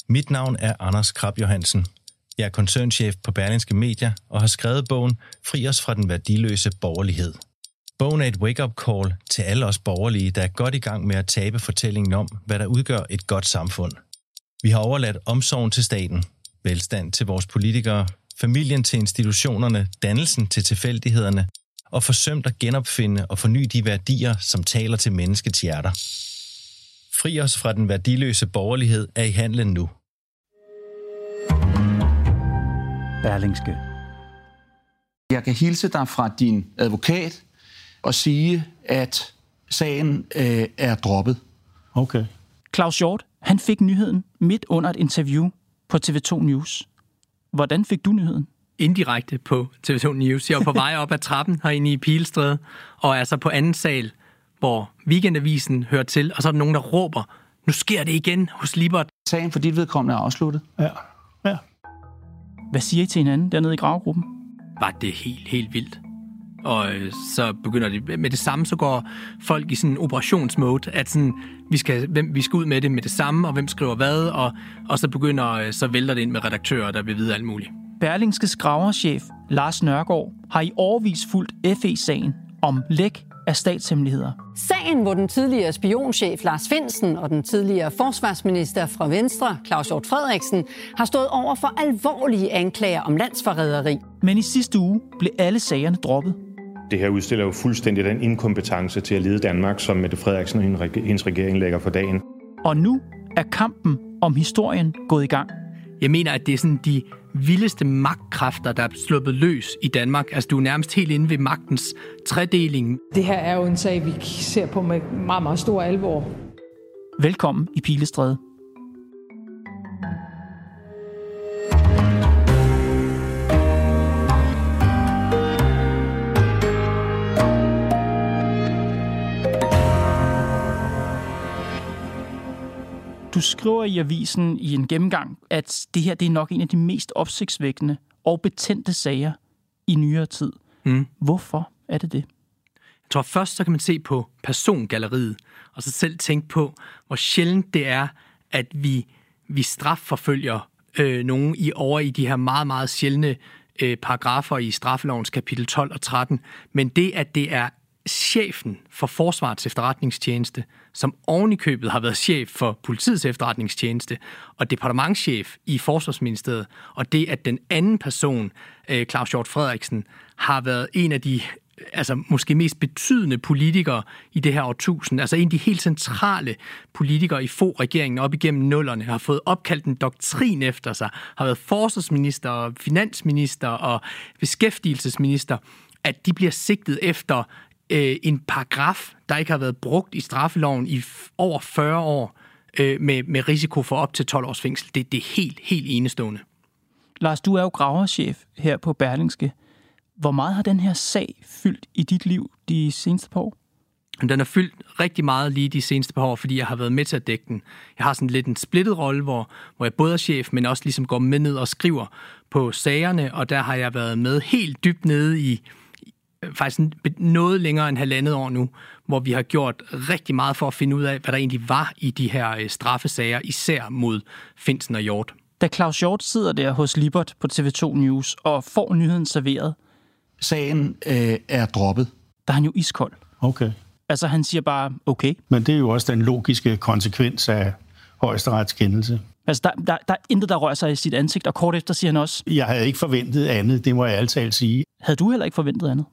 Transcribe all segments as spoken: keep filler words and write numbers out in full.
Mit navn er Anders Krab Johansen. Jeg er koncernchef på Berlingske Media og har skrevet bogen Fri os fra den værdiløse borgerlighed. Bogen er et wake-up call til alle os borgerlige, der er godt i gang med at tabe fortællingen om, hvad der udgør et godt samfund. Vi har overladt omsorgen til staten, velstand til vores politikere, familien til institutionerne, dannelsen til tilfældighederne og forsømt at genopfinde og forny de værdier, som taler til menneskets hjerter. Fri os fra den værdiløse borgerlighed er i handlen nu. Berlingske. Jeg kan hilse dig fra din advokat og sige, at sagen øh, er droppet. Okay. Claus Hjort, han fik nyheden midt under et interview på T V to News. Hvordan fik du nyheden? Indirekte på T V to News. Jeg var på vej op ad trappen herinde i Pilestræde, og er så på anden sal, hvor Weekendavisen hører til, og så er der nogen, der råber, nu sker det igen hos Lippert. Sagen for dit vedkommende er afsluttet. Ja. Ja. Hvad siger I til hinanden dernede i gravgruppen? Var det helt, helt vildt. Og øh, så begynder det med det samme, så går folk i sådan en operationsmode, at sådan, vi, skal, hvem, vi skal ud med det med det samme, og hvem skriver hvad, og, og så begynder, øh, så vælter det ind med redaktører, der vil vide alt muligt. Berlingskes graverchef Lars Nørgaard har i årevis fulgt F E-sagen om læk af statshemmeligheder. Sagen, hvor den tidligere spionchef Lars Findsen og den tidligere forsvarsminister fra Venstre, Claus Hjort Frederiksen, har stået over for alvorlige anklager om landsforræderi. Men i sidste uge blev alle sagerne droppet. Det her udstiller jo fuldstændig den inkompetence til at lede Danmark, som Mette Frederiksen og hendes regering lægger for dagen. Og nu er kampen om historien gået i gang. Jeg mener, at det er sådan de vildeste magtkræfter, der er sluppet løs i Danmark. Altså, du er nærmest helt inde ved magtens tredeling. Det her er jo en sag, vi ser på med meget, meget stor alvor. Velkommen i Pilestræde. Du skriver i avisen i en gennemgang, at det her det er nok en af de mest opsigtsvækkende og betændte sager i nyere tid. Mm. Hvorfor er det det? Jeg tror først, så kan man se på persongalleriet, og så selv tænke på, hvor sjældent det er, at vi, vi strafforfølger øh, nogen i, over i de her meget, meget sjældne øh, paragrafer i straffelovens kapitel tolv og tretten. Men det, at det er chefen for Forsvarets efterretningstjeneste, som oven i købet har været chef for Politiets efterretningstjeneste og departementschef i Forsvarsministeriet, og det, at den anden person, Claus Hjort Frederiksen, har været en af de altså måske mest betydende politikere i det her årtusind, altså en af de helt centrale politikere i Fogh-regeringen op igennem nullerne, har fået opkaldt en doktrin efter sig, har været forsvarsminister og finansminister og beskæftigelsesminister, at de bliver sigtet efter en paragraf, der ikke har været brugt i straffeloven i over fyrre år, øh, med, med risiko for op til tolv års fængsel. Det, det er helt, helt enestående. Lars, du er jo graverchef her på Berlingske. Hvor meget har den her sag fyldt i dit liv de seneste par år? Den har fyldt rigtig meget lige de seneste par år, fordi jeg har været med til at dække den. Jeg har sådan lidt en splittet rolle, hvor, hvor jeg både er chef, men også ligesom går med ned og skriver på sagerne, og der har jeg været med helt dybt nede i faktisk noget længere end halvandet år nu, hvor vi har gjort rigtig meget for at finde ud af, hvad der egentlig var i de her straffesager, især mod Findsen og Hjort. Da Claus Hjort sidder der hos Lippert på T V to News og får nyheden serveret, sagen øh, er droppet. Der er han jo iskold. Okay. Altså han siger bare, okay. Men det er jo også den logiske konsekvens af Højesterets kendelse. Altså der, der, der er intet, der rører sig i sit ansigt, og kort efter siger han også... Jeg havde ikke forventet andet, det må jeg altid sige. Havde du heller ikke forventet andet?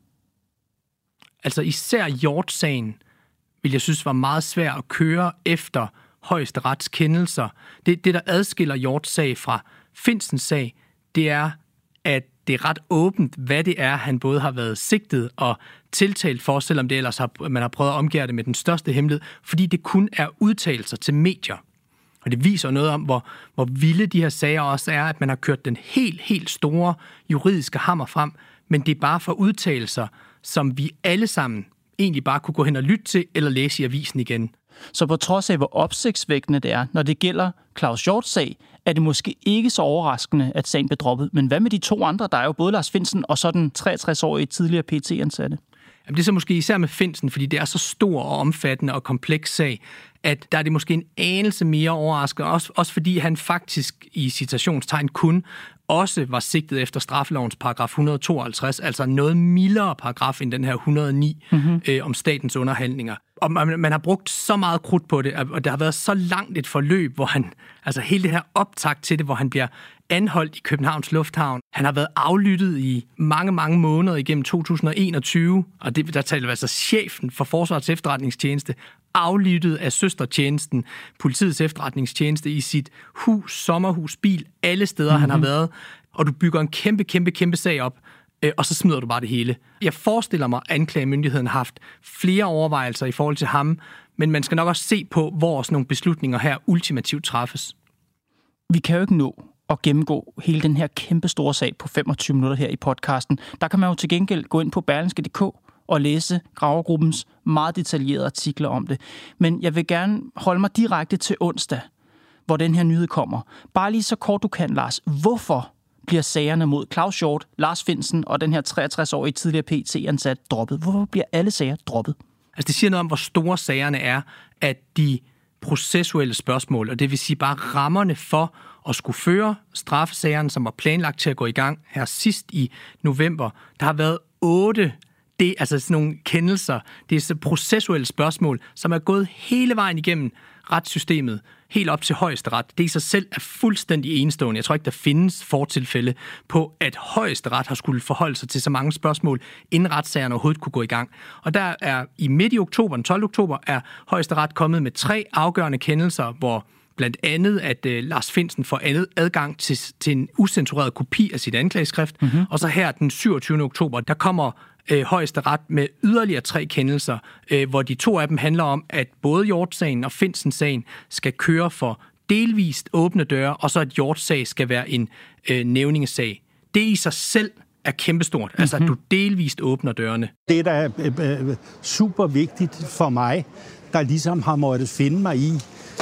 Altså især Hjort-sagen, vil jeg synes var meget svær at køre efter Højesterets kendelser. Det, det der adskiller Hjorts sag fra Findsens sag, det er, at det er ret åbent, hvad det er, han både har været sigtet og tiltalt for, selvom det ellers har, man har prøvet at omgøre det med den største hemmelighed, fordi det kun er udtalelser til medier. Og det viser noget om, hvor, hvor vilde de her sager også er, at man har kørt den helt, helt store juridiske hammer frem, men det er bare for udtalelser, som vi alle sammen egentlig bare kunne gå hen og lytte til eller læse i avisen igen. Så på trods af, hvor opsigtsvækkende det er, når det gælder Claus Hjorts sag, er det måske ikke så overraskende, at sagen blev droppet. Men hvad med de to andre? Der er jo både Lars Findsen og så den treogtres-årige tidligere P E T-ansatte. Jamen, det er så måske især med Findsen, fordi det er så stor og omfattende og kompleks sag, at der er det måske en anelse mere overraskende, også, også fordi han faktisk i citationstegn kun også var sigtet efter straffelovens paragraf et hundrede og tooghalvtreds, altså noget mildere paragraf end den her et hundrede og ni mm-hmm. øh, om statens underhandlinger. Og man, man har brugt så meget krudt på det, og der har været så langt et forløb, hvor han, altså hele det her optakt til det, hvor han bliver anholdt i Københavns Lufthavn. Han har været aflyttet i mange, mange måneder igennem to tusind og enogtyve, og det, der taler altså chefen for Forsvarets Efterretningstjeneste, aflyttet af søstertjenesten, politiets efterretningstjeneste i sit hus, sommerhus, bil, alle steder, mm-hmm. han har været, og du bygger en kæmpe, kæmpe, kæmpe sag op, øh, og så smider du bare det hele. Jeg forestiller mig, at anklagemyndigheden har haft flere overvejelser i forhold til ham, men man skal nok også se på, hvor sådan nogle beslutninger her ultimativt træffes. Vi kan jo ikke nå at gennemgå hele den her kæmpe store sag på femogtyve minutter her i podcasten. Der kan man jo til gengæld gå ind på berlingske punktum d k og læse Gravergruppens meget detaljerede artikler om det. Men jeg vil gerne holde mig direkte til onsdag, hvor den her nyhed kommer. Bare lige så kort du kan, Lars. Hvorfor bliver sagerne mod Claus Hjort, Lars Findsen og den her treogtres-årige tidligere P E T-ansat droppet? Hvorfor bliver alle sager droppet? Altså det siger noget om, hvor store sagerne er, at de processuelle spørgsmål, og det vil sige bare rammerne for at skulle føre straffesagerne, som var planlagt til at gå i gang her sidst i november. Der har været otte det, altså sådan nogle kendelser, det er så processuelle spørgsmål, som er gået hele vejen igennem retssystemet, helt op til Højesteret. Det i sig selv er fuldstændig enestående. Jeg tror ikke, der findes fortilfælde på, at Højesteret har skulle forholde sig til så mange spørgsmål, inden retssagerne overhovedet kunne gå i gang. Og der er i midt i oktober, den tolvte oktober, er Højesteret kommet med tre afgørende kendelser, hvor blandt andet, at øh, Lars Findsen får adgang til, til en ucensureret kopi af sit anklageskrift. Mm-hmm. Og så her den syvogtyvende oktober, der kommer øh, Højesteret med yderligere tre kendelser, øh, hvor de to af dem handler om, at både Hjort-sagen og Findsen-sagen skal køre for delvist åbne døre, og så at Hjort-sag skal være en øh, nævningesag. Det i sig selv er kæmpestort, mm-hmm. altså at du delvist åbner dørene. Det, der er øh, super vigtigt for mig, der ligesom har måttet finde mig i,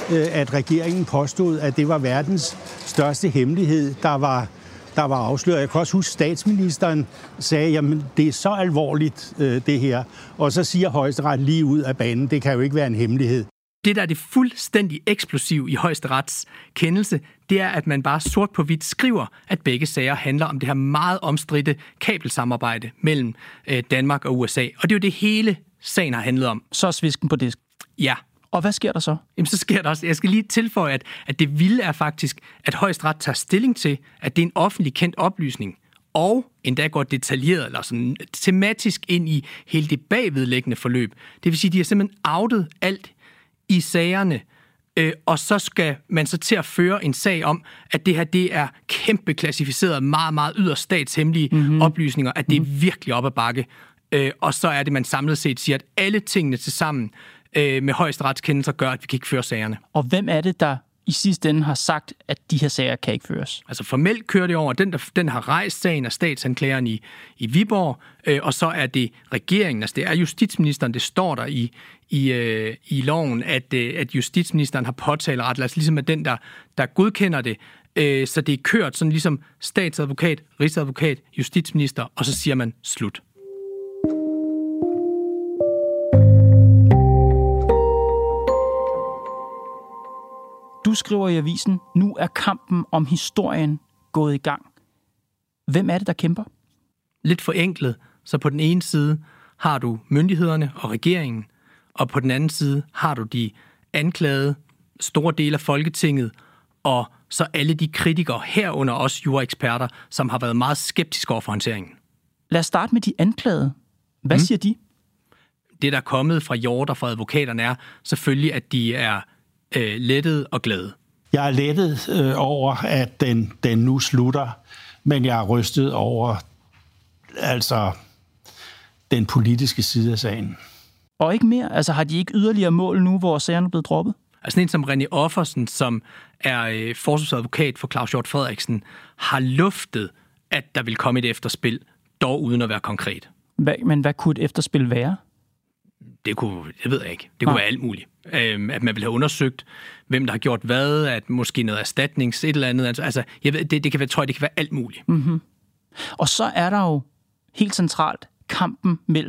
at regeringen påstod, at det var verdens største hemmelighed, der var, der var afsløret. Jeg kan også huske, at statsministeren sagde, jamen det er så alvorligt, det her. Og så siger Højesteret lige ud af banen, det kan jo ikke være en hemmelighed. Det, der er det fuldstændig eksplosiv i Højesterets kendelse, det er, at man bare sort på hvidt skriver, at begge sager handler om det her meget omstridte kabelsamarbejde mellem Danmark og U S A. Og det er jo det hele sagen har handlet om. Så er svisken på disk. Ja. Og hvad sker der så? Jamen, så sker der også. Jeg skal lige tilføje, at, at det vilde er faktisk, at Højesteret tager stilling til, at det er en offentlig kendt oplysning, og endda går detaljeret eller sådan tematisk ind i hele det bagvedliggende forløb. Det vil sige, at de har simpelthen outet alt i sagerne, øh, og så skal man så til at føre en sag om, at det her det er kæmpe klassificeret, meget, meget yderst statshemmelige mm-hmm. oplysninger, at det er virkelig op ad bakke. Øh, og så er det, man samlet set siger, at alle tingene til sammen med højesteretskendelser gør, at vi kan ikke føre sagerne. Og hvem er det, der i sidste ende har sagt, at de her sager kan ikke føres? Altså formelt kører det over, den, der, den har rejst sagen af statsanklageren i, i Viborg, øh, og så er det regeringen, altså det er justitsministeren, det står der i, i, øh, i loven, at, øh, at justitsministeren har påtaleret, altså ligesom at den, der, der godkender det, øh, så det er kørt sådan ligesom statsadvokat, rigsadvokat, justitsminister, og så siger man slut. Du skriver i avisen, nu er kampen om historien gået i gang. Hvem er det, der kæmper? Lidt forenklet, så på den ene side har du myndighederne og regeringen, og på den anden side har du de anklagede, store dele af Folketinget, og så alle de kritikere, herunder også juraeksperter, som har været meget skeptiske over for håndteringen. Lad os starte med de anklagede. Hvad mm. siger de? Det, der er kommet fra Hjort og fra advokaterne, er selvfølgelig, at de er øh, lettede og glade. Jeg er lettet øh, over, at den, den nu slutter, men jeg er rystet over altså den politiske side af sagen. Og ikke mere? Altså har de ikke yderligere mål nu, hvor sagerne er blevet droppet? Altså en som René Offersen, som er øh, forsvarsadvokat for Claus Hjort Frederiksen, har luftet, at der vil komme et efterspil, dog uden at være konkret. Hvad, men hvad kunne et efterspil være? Det kunne, det ved jeg ikke. Det kunne ja. være alt muligt. Øhm, at man vil have undersøgt, hvem der har gjort hvad, at måske noget erstatnings, et eller andet. Altså, jeg ved, det, det kan være, tror jeg, det kan være alt muligt. Mm-hmm. Og så er der jo helt centralt kampen mellem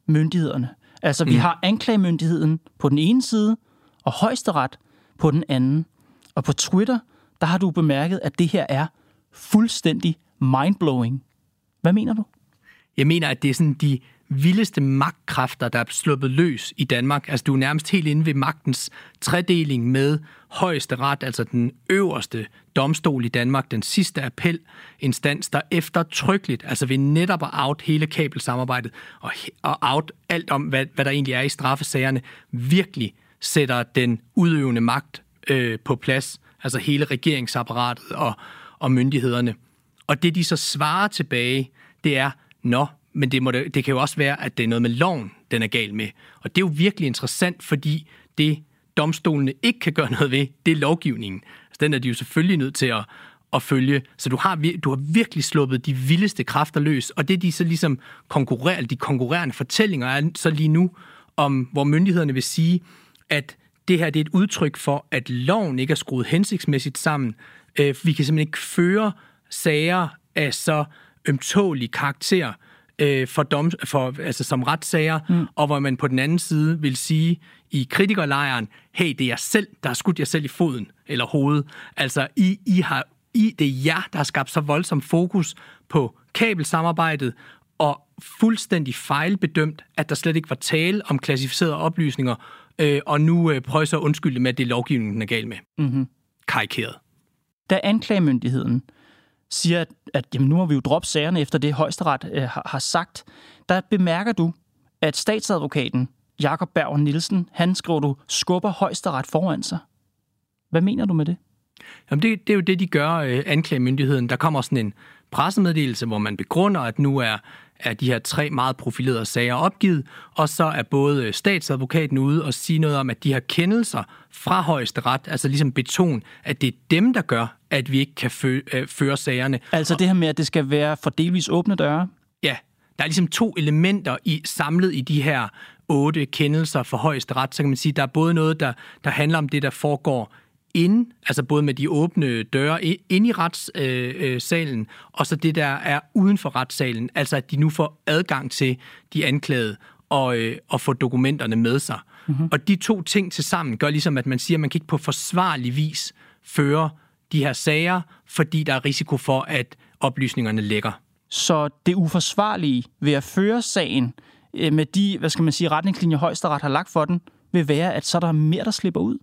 myndighederne. Altså, vi mm. har anklagemyndigheden på den ene side, og Højesteret på den anden. Og på Twitter, der har du bemærket, at det her er fuldstændig mindblowing. Hvad mener du? Jeg mener, at det er sådan de vildeste magtkræfter, der er sluppet løs i Danmark. Altså, du er nærmest helt inde ved magtens tredeling med Højesteret, altså den øverste domstol i Danmark, den sidste appelinstans, der eftertrykkeligt, altså ved netop at out hele kabelsamarbejdet og, og out alt om, hvad, hvad der egentlig er i straffesagerne, virkelig sætter den udøvende magt øh, på plads, altså hele regeringsapparatet og, og myndighederne. Og det, de så svarer tilbage, det er, nå, men det, må det, det kan jo også være, at det er noget med loven, den er gal med. Og det er jo virkelig interessant, fordi det domstolene ikke kan gøre noget ved, det er lovgivningen. Altså, den er de jo selvfølgelig nødt til at, at følge. Så du har, du har virkelig sluppet de vildeste kræfter løs. Og det, de så ligesom konkurrerer, de konkurrerende fortællinger er så lige nu, om hvor myndighederne vil sige, at det her det er et udtryk for, at loven ikke er skruet hensigtsmæssigt sammen. Vi kan simpelthen ikke føre sager af så ømtålig karakter øh, for dom, for, altså som retssager, mm. og hvor man på den anden side vil sige i kritikerlejren, hey, det er jeg selv, der har skudt jer selv i foden eller hovedet. Altså, I, I har, I, det er jer, der har skabt så voldsom fokus på kabelsamarbejdet, og fuldstændig fejlbedømt, at der slet ikke var tale om klassificerede oplysninger, øh, og nu øh, prøver så at undskylde med, at det er lovgivningen, den er gal med. Mm-hmm. Karikeret. Da anklagemyndigheden siger, at, at jamen, nu har vi jo droppet sagerne efter det, Højesteret øh, har, har sagt, der bemærker du, at statsadvokaten Jakob Berg Nielsen, han skriver, du skubber Højesteret foran sig. Hvad mener du med det? Jamen det, det er jo det, de gør, øh, anklagemyndigheden. Der kommer sådan en pressemeddelelse, hvor man begrunder, at nu er, er de her tre meget profilerede sager opgivet, og så er både statsadvokaten ude og sige noget om, at de her kendelser fra Højesteret, altså ligesom beton, at det er dem, der gør, at vi ikke kan fø, øh, føre sagerne. Altså det her med, at det skal være for delvis åbne døre? Ja, der er ligesom to elementer i, samlet i de her otte kendelser for Højesteret. Så kan man sige, at der er både noget, der, der handler om det, der foregår inde, altså både med de åbne døre inde i retssalen, øh, og så det, der er uden for retssalen, altså at de nu får adgang til de anklagede og, øh, og få dokumenterne med sig. Mm-hmm. Og de to ting til sammen gør ligesom, at man siger, at man kan ikke på forsvarlig vis føre de her sager, fordi der er risiko for, at oplysningerne lækker. Så det uforsvarlige ved at føre sagen øh, med de, hvad skal man sige, retningslinjer Højesteret har lagt for den, vil være, at så er der mere, der slipper ud?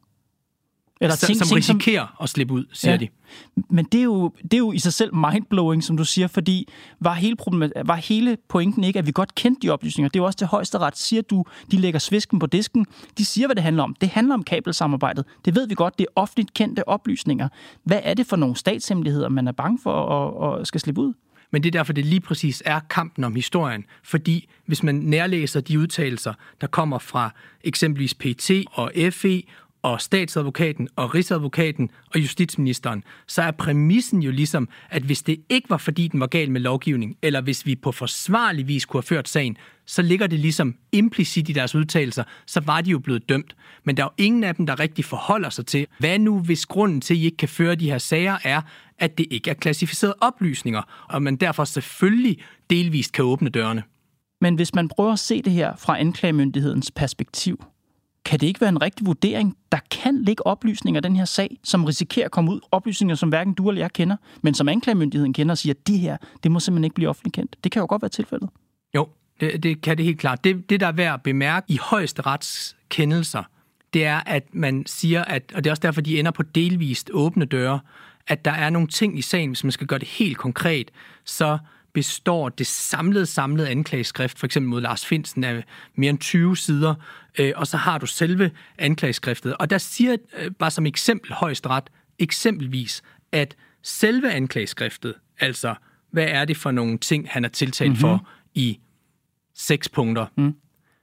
Eller ting, som risikerer som... at slippe ud, siger ja. de. Men det er, jo, det er jo i sig selv mindblowing, som du siger, fordi var hele, var hele pointen ikke, at vi godt kendte de oplysninger? Det er jo også til Højesteret, siger du, de lægger svisken på disken. De siger, hvad det handler om. Det handler om kabelsamarbejdet. Det ved vi godt, det er offentligt kendte oplysninger. Hvad er det for nogle statshemmeligheder, man er bange for at, at skal slippe ud? Men det er derfor, det lige præcis er kampen om historien. Fordi hvis man nærlæser de udtalelser, der kommer fra eksempelvis P E T og F E og statsadvokaten og rigsadvokaten og justitsministeren, så er præmissen jo ligesom, at hvis det ikke var fordi den var gal med lovgivning, eller hvis vi på forsvarlig vis kunne have ført sagen, så ligger det ligesom implicit i deres udtalelser, så var de jo blevet dømt. Men der er jo ingen af dem, der rigtig forholder sig til, hvad nu hvis grunden til, at I ikke kan føre de her sager, er, at det ikke er klassificerede oplysninger, og man derfor selvfølgelig delvist kan åbne dørene. Men hvis man prøver at se det her fra anklagemyndighedens perspektiv, kan det ikke være en rigtig vurdering? Der kan ligge oplysninger i den her sag, som risikerer at komme ud. Oplysninger, som hverken du eller jeg kender, men som anklagemyndigheden kender og siger, at de her, det må simpelthen ikke blive offentligt kendt. Det kan jo godt være tilfældet. Jo, det, det kan det helt klart. Det, det, der er værd at bemærke i Højesterets kendelser, det er, at man siger, at, og det er også derfor, de ender på delvist åbne døre, at der er nogle ting i sagen, hvis man skal gøre det helt konkret, så består det samlede, samlede anklageskrift, for eksempel mod Lars Findsen, af mere end tyve sider, øh, og så har du selve anklageskriftet. Og der siger, øh, bare som eksempel Højesteret, eksempelvis, at selve anklageskriftet, altså, hvad er det for nogle ting, han er tiltalt mm-hmm. for i seks punkter, mm.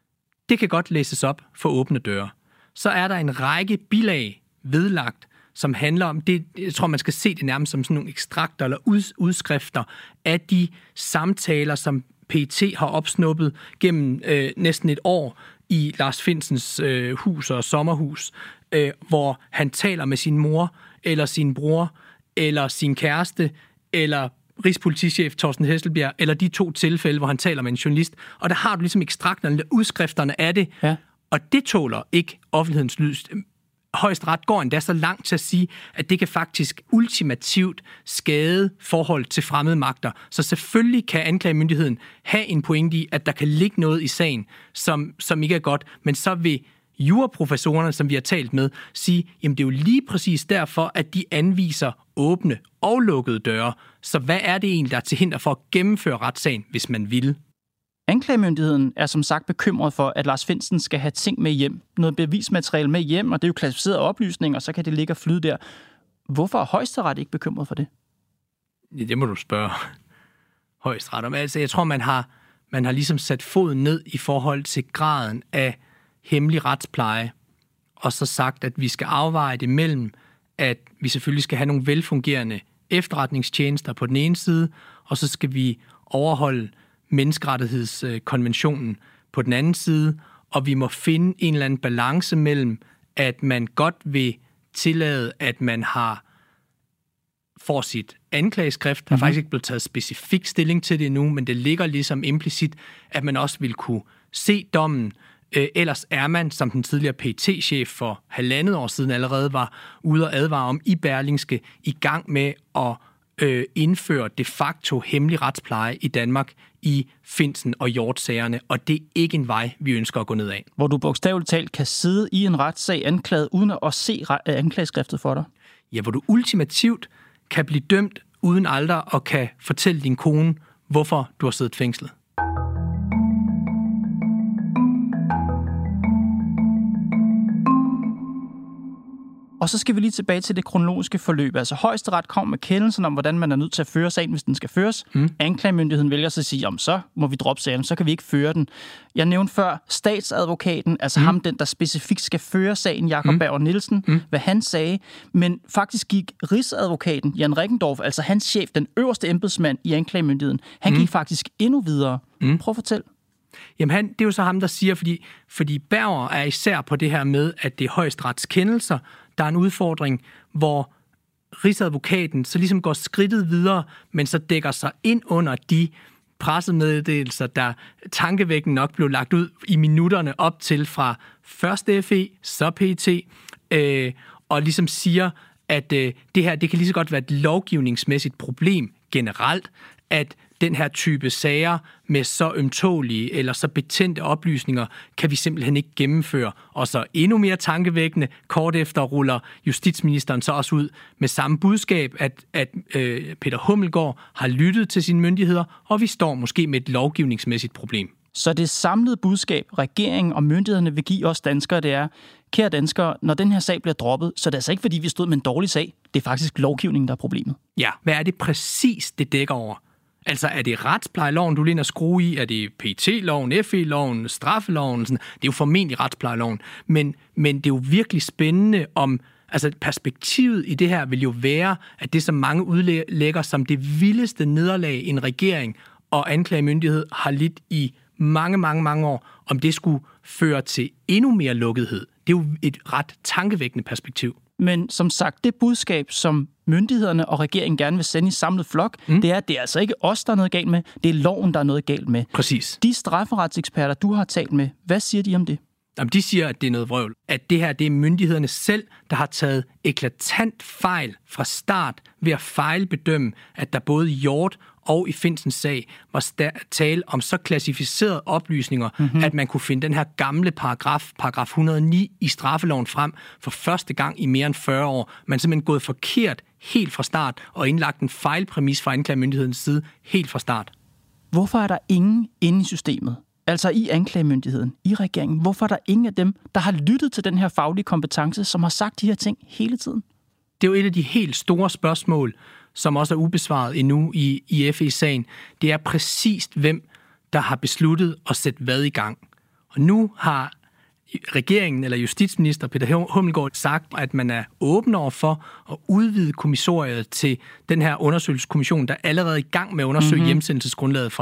det kan godt læses op for åbne døre. Så er der en række bilag vedlagt, som handler om, det, jeg tror, man skal se det nærmest som sådan nogle ekstrakter eller udskrifter af de samtaler, som P E T har opsnuppet gennem øh, næsten et år i Lars Findsens øh, hus og sommerhus, øh, hvor han taler med sin mor, eller sin bror, eller sin kæreste, eller rigspolitichef Torsten Hesselbjerg, eller de to tilfælde, hvor han taler med en journalist, og der har du ligesom ekstrakterne, udskrifterne af det, ja. Og det tåler ikke offentlighedens lys. Højesteret går endda så langt til at sige, at det kan faktisk ultimativt skade forhold til fremmede magter. Så selvfølgelig kan anklagemyndigheden have en pointe i, at der kan ligge noget i sagen, som, som ikke er godt, men så vil juraprofessorerne, som vi har talt med, sige, jamen det er jo lige præcis derfor, at de anviser åbne og lukkede døre. Så hvad er det egentlig, der er til hinder for at gennemføre retssagen, hvis man vil? Anklagemyndigheden er som sagt bekymret for, at Lars Findsen skal have ting med hjem. Noget bevismateriale med hjem, og det er jo klassificerede oplysninger, og så kan det ligge og flyde der. Hvorfor er Højesteret ikke bekymret for det? Ja, det må du spørge Højesteret om. Altså, jeg tror, man har, man har ligesom sat foden ned i forhold til graden af hemmelig retspleje, og så sagt, at vi skal afveje det mellem, at vi selvfølgelig skal have nogle velfungerende efterretningstjenester på den ene side, og så skal vi overholde menneskerettighedskonventionen på den anden side, og vi må finde en eller anden balance mellem, at man godt vil tillade, at man har får sit anklageskrift. Der er mm-hmm. faktisk ikke blevet taget specifik stilling til det endnu, men det ligger ligesom implicit, at man også vil kunne se dommen. Øh, ellers er man, som den tidligere P E T-chef for halvandet år siden allerede var ude og advare om i Berlingske, i gang med at øh, indføre de facto hemmelig retspleje i Danmark i Findsen og Hjort-sagerne, og det er ikke en vej, vi ønsker at gå ned ad. Hvor du bogstaveligt talt kan sidde i en retssag anklaget, uden at se anklageskriftet for dig? Ja, hvor du ultimativt kan blive dømt uden aldrig og kan fortælle din kone, hvorfor du har siddet fængslet. Og så skal vi lige tilbage til det kronologiske forløb. Altså Højesteret kom med kendelsen om, hvordan man er nødt til at føre sagen, hvis den skal føres. Mm. Anklagemyndigheden vælger så at sige, om så må vi droppe sagen, så kan vi ikke føre den. Jeg nævnte før statsadvokaten, altså mm. ham, den der specifikt skal føre sagen, Jakob mm. Berger Nielsen, mm. hvad han sagde. Men faktisk gik rigsadvokaten, Jan Reckendorf, altså hans chef, den øverste embedsmand i anklagemyndigheden, han mm. gik faktisk endnu videre. Mm. Prøv at fortælle. Jamen han, det er jo så ham, der siger, fordi, fordi Berger er især på det her med, at det er Højesterets kendelser, der er en udfordring, hvor rigsadvokaten så ligesom går skridtet videre, men så dækker sig ind under de pressemeddelelser, der tankevækkende nok blev lagt ud i minutterne op til fra først F E, så P E T, øh, og ligesom siger, at øh, det her det kan lige så godt være et lovgivningsmæssigt problem generelt, at den her type sager med så ømtålige eller så betændte oplysninger, kan vi simpelthen ikke gennemføre. Og så endnu mere tankevækkende, kort efter ruller justitsministeren så også ud med samme budskab, at, at øh, Peter Hummelgaard har lyttet til sine myndigheder, og vi står måske med et lovgivningsmæssigt problem. Så det samlede budskab, regeringen og myndighederne vil give os danskere, det er, kære danskere, når den her sag bliver droppet, så det er altså ikke, fordi vi stod med en dårlig sag. Det er faktisk lovgivningen, der er problemet. Ja, hvad er det præcis, det dækker over? Altså, er det retsplejeloven, du lige at skrue i? Er det P E T-loven, F E-loven, straffeloven? Sådan. Det er jo formentlig retsplejeloven. Men, men det er jo virkelig spændende om... Altså, perspektivet i det her vil jo være, at det, som mange udlægger som det vildeste nederlag, en regering og anklagemyndighed har lidt i mange, mange, mange år, om det skulle føre til endnu mere lukkethed. Det er jo et ret tankevækkende perspektiv. Men som sagt, det budskab, som myndighederne og regeringen gerne vil sende i samlet flok, mm. det er, at det er altså ikke os, der er noget galt med, det er loven, der er noget galt med. Præcis. De strafferetseksperter, du har talt med, hvad siger de om det? Jamen, de siger, at det er noget vrøvl. At det her, det er myndighederne selv, der har taget eklatant fejl fra start ved at fejlbedømme, at der både i Hjort og i Findsens sag var tale om så klassificerede oplysninger, mm-hmm. at man kunne finde den her gamle paragraf, paragraf et hundrede og ni i straffeloven frem for første gang i mere end fyrre år. Man er simpelthen gået forkert helt fra start og indlagt en fejlpræmis fra anklagemyndighedens side helt fra start. Hvorfor er der ingen inde i systemet? Altså i anklagemyndigheden, i regeringen. Hvorfor er der ingen af dem, der har lyttet til den her faglige kompetence, som har sagt de her ting hele tiden? Det er jo et af de helt store spørgsmål, som også er ubesvaret endnu i, i F E-sagen. Det er præcist, hvem der har besluttet at sætte hvad i gang. Og nu har regeringen eller justitsminister Peter Hummelgaard sagt, at man er åben over for at udvide kommissoriet til den her undersøgelseskommission, der er allerede i gang med at undersøge mm-hmm. hjemsendelsesgrundlaget fra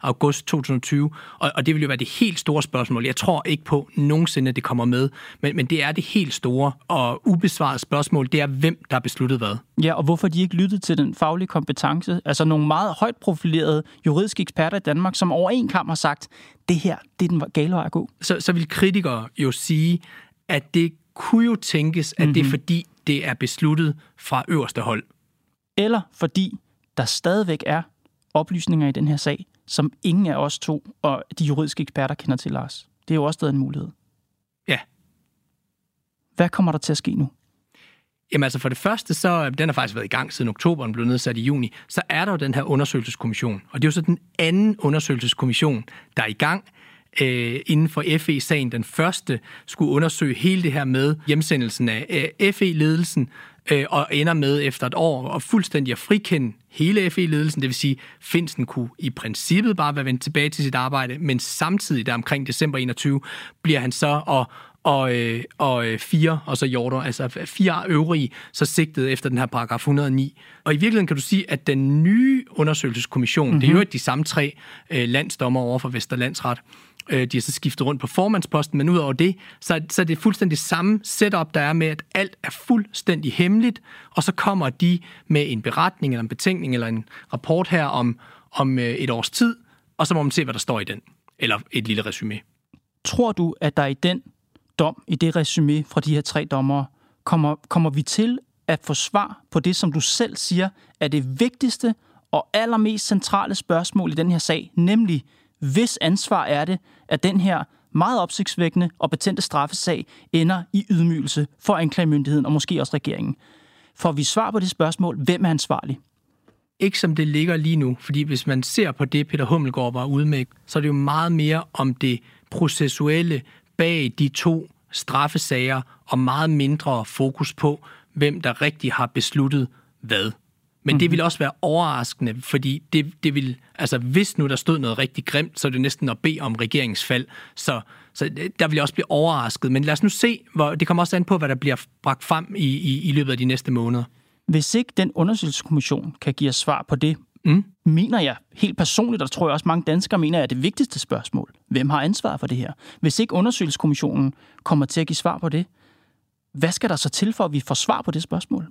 august to tusind og tyve, og, og det vil jo være det helt store spørgsmål. Jeg tror ikke på nogensinde, at det kommer med, men, men det er det helt store og ubesvarede spørgsmål, det er, hvem der har besluttet hvad. Ja, og hvorfor de ikke lyttede til den faglige kompetence. Altså nogle meget højt profilerede juridiske eksperter i Danmark, som over en kamp har sagt, det her, det er den gale vej at gå. Så, så vil kritikere jo sige, at det kunne jo tænkes, at mm-hmm. det er fordi, det er besluttet fra øverste hold. Eller fordi der stadigvæk er oplysninger i den her sag, som ingen af os to og de juridiske eksperter kender til, Lars. Det er jo også stadig en mulighed. Ja. Hvad kommer der til at ske nu? Jamen altså for det første, så den har faktisk været i gang siden oktober, den blev nedsat i juni, så er der jo den her undersøgelseskommission. Og det er jo så den anden undersøgelseskommission, der er i gang øh, inden for F E-sagen. Den første skulle undersøge hele det her med hjemsendelsen af øh, F E-ledelsen, øh, og ender med efter et år og fuldstændig at frikende hele F E-ledelsen. Det vil sige, Findsen kunne i princippet bare være vendt tilbage til sit arbejde, men samtidig der omkring december enogtyve bliver han så og og, øh, og øh, fire, og så Hjorter, altså fire øvrige, så sigtet efter den her paragraf et hundrede og ni. Og i virkeligheden kan du sige, at den nye undersøgelseskommission, mm-hmm. det er jo de samme tre øh, landsdommer over for Vesterlandsret, øh, de har så skiftet rundt på formandsposten, men ud over det, så, så er det fuldstændig samme setup, der er med, at alt er fuldstændig hemmeligt, og så kommer de med en beretning, eller en betænkning, eller en rapport her om, om øh, et års tid, og så må man se, hvad der står i den, eller et lille resumé. Tror du, at der i den dom, i det resumé fra de her tre dommere, kommer, kommer vi til at få svar på det, som du selv siger, er det vigtigste og allermest centrale spørgsmål i den her sag, nemlig, hvis ansvar er det, at den her meget opsigtsvækkende og betændte straffesag ender i ydmygelse for anklagemyndigheden og måske også regeringen. Får vi svar på det spørgsmål, hvem er ansvarlig? Ikke som det ligger lige nu, fordi hvis man ser på det, Peter Hummelgaard var ude med, så er det jo meget mere om det processuelle bag de to straffesager, og meget mindre fokus på, hvem der rigtig har besluttet hvad. Men mm-hmm. det vil også være overraskende, fordi det, det vil, altså hvis nu der stod noget rigtig grimt, så er det næsten at bede om regeringsfald. Så, så der vil jeg også blive overrasket. Men lad os nu se, hvor, det kommer også an på, hvad der bliver bragt frem i, i, i løbet af de næste måneder. Hvis ikke den undersøgelseskommission kan give os svar på det, mm. mener jeg helt personligt, og tror jeg også mange danskere mener, er det vigtigste spørgsmål. Hvem har ansvaret for det her? Hvis ikke undersøgelseskommissionen kommer til at give svar på det, hvad skal der så til for, at vi får svar på det spørgsmål?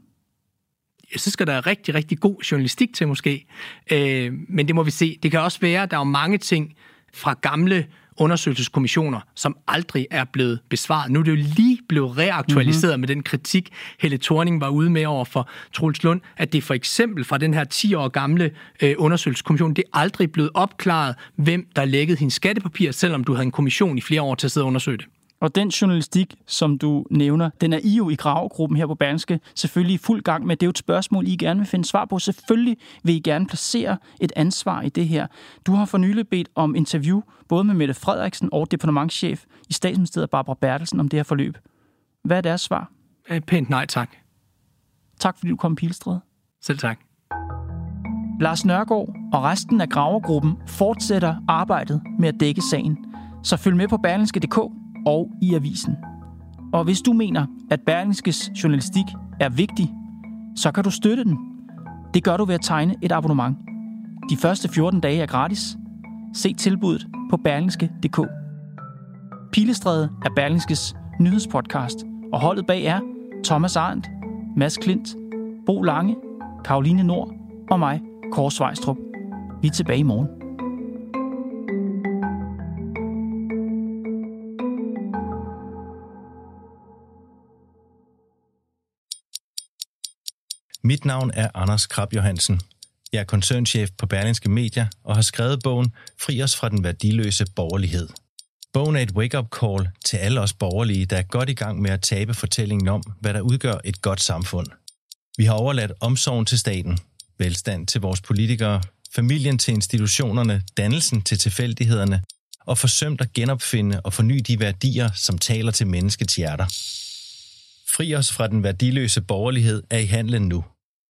Så skal der rigtig, rigtig god journalistik til måske. Øh, men det må vi se. Det kan også være, at der er mange ting fra gamle undersøgelseskommissioner, som aldrig er blevet besvaret. Nu er det jo lige blevet reaktualiseret mm-hmm. med den kritik, Helle Thorning var ude med over for Troels Lund, at det for eksempel fra den her ti år gamle øh, undersøgelseskommission, det er aldrig blevet opklaret, hvem der lækkede hendes skattepapirer, selvom du havde en kommission i flere år til at sidde og undersøge det. Og den journalistik, som du nævner, den er I jo i Gravegruppen her på Berlingske selvfølgelig i fuld gang med. Det er jo et spørgsmål, I gerne vil finde svar på. Selvfølgelig vil I gerne placere et ansvar i det her. Du har for nylig bedt om interview både med Mette Frederiksen og departementschef i Statsministeriet Barbara Bertelsen om det her forløb. Hvad er deres svar? Pænt nej, tak. Tak fordi du kom, Pilestræde. Selv tak. Lars Nørgaard og resten af Gravegruppen fortsætter arbejdet med at dække sagen. Så følg med på berlingske punktum d k og i avisen. Og hvis du mener, at Berlingskes journalistik er vigtig, så kan du støtte den. Det gør du ved at tegne et abonnement. De første fjorten dage er gratis. Se tilbuddet på berlingske punktum d k. Pilestræde er Berlingskes nyhedspodcast, og holdet bag er Thomas Arendt, Mads Klint, Bo Lange, Caroline Nord og mig, Kåre Svejstrup. Vi er tilbage i morgen. Mit navn er Anders Krab Johansen. Jeg er koncernchef på Berlingske Media og har skrevet bogen Fri os fra den værdiløse borgerlighed. Bogen er et wake-up call til alle os borgerlige, der er godt i gang med at tabe fortællingen om, hvad der udgør et godt samfund. Vi har overladt omsorgen til staten, velstand til vores politikere, familien til institutionerne, dannelsen til tilfældighederne og forsømt at genopfinde og forny de værdier, som taler til menneskets hjerter. Fri os fra den værdiløse borgerlighed er i handlen nu.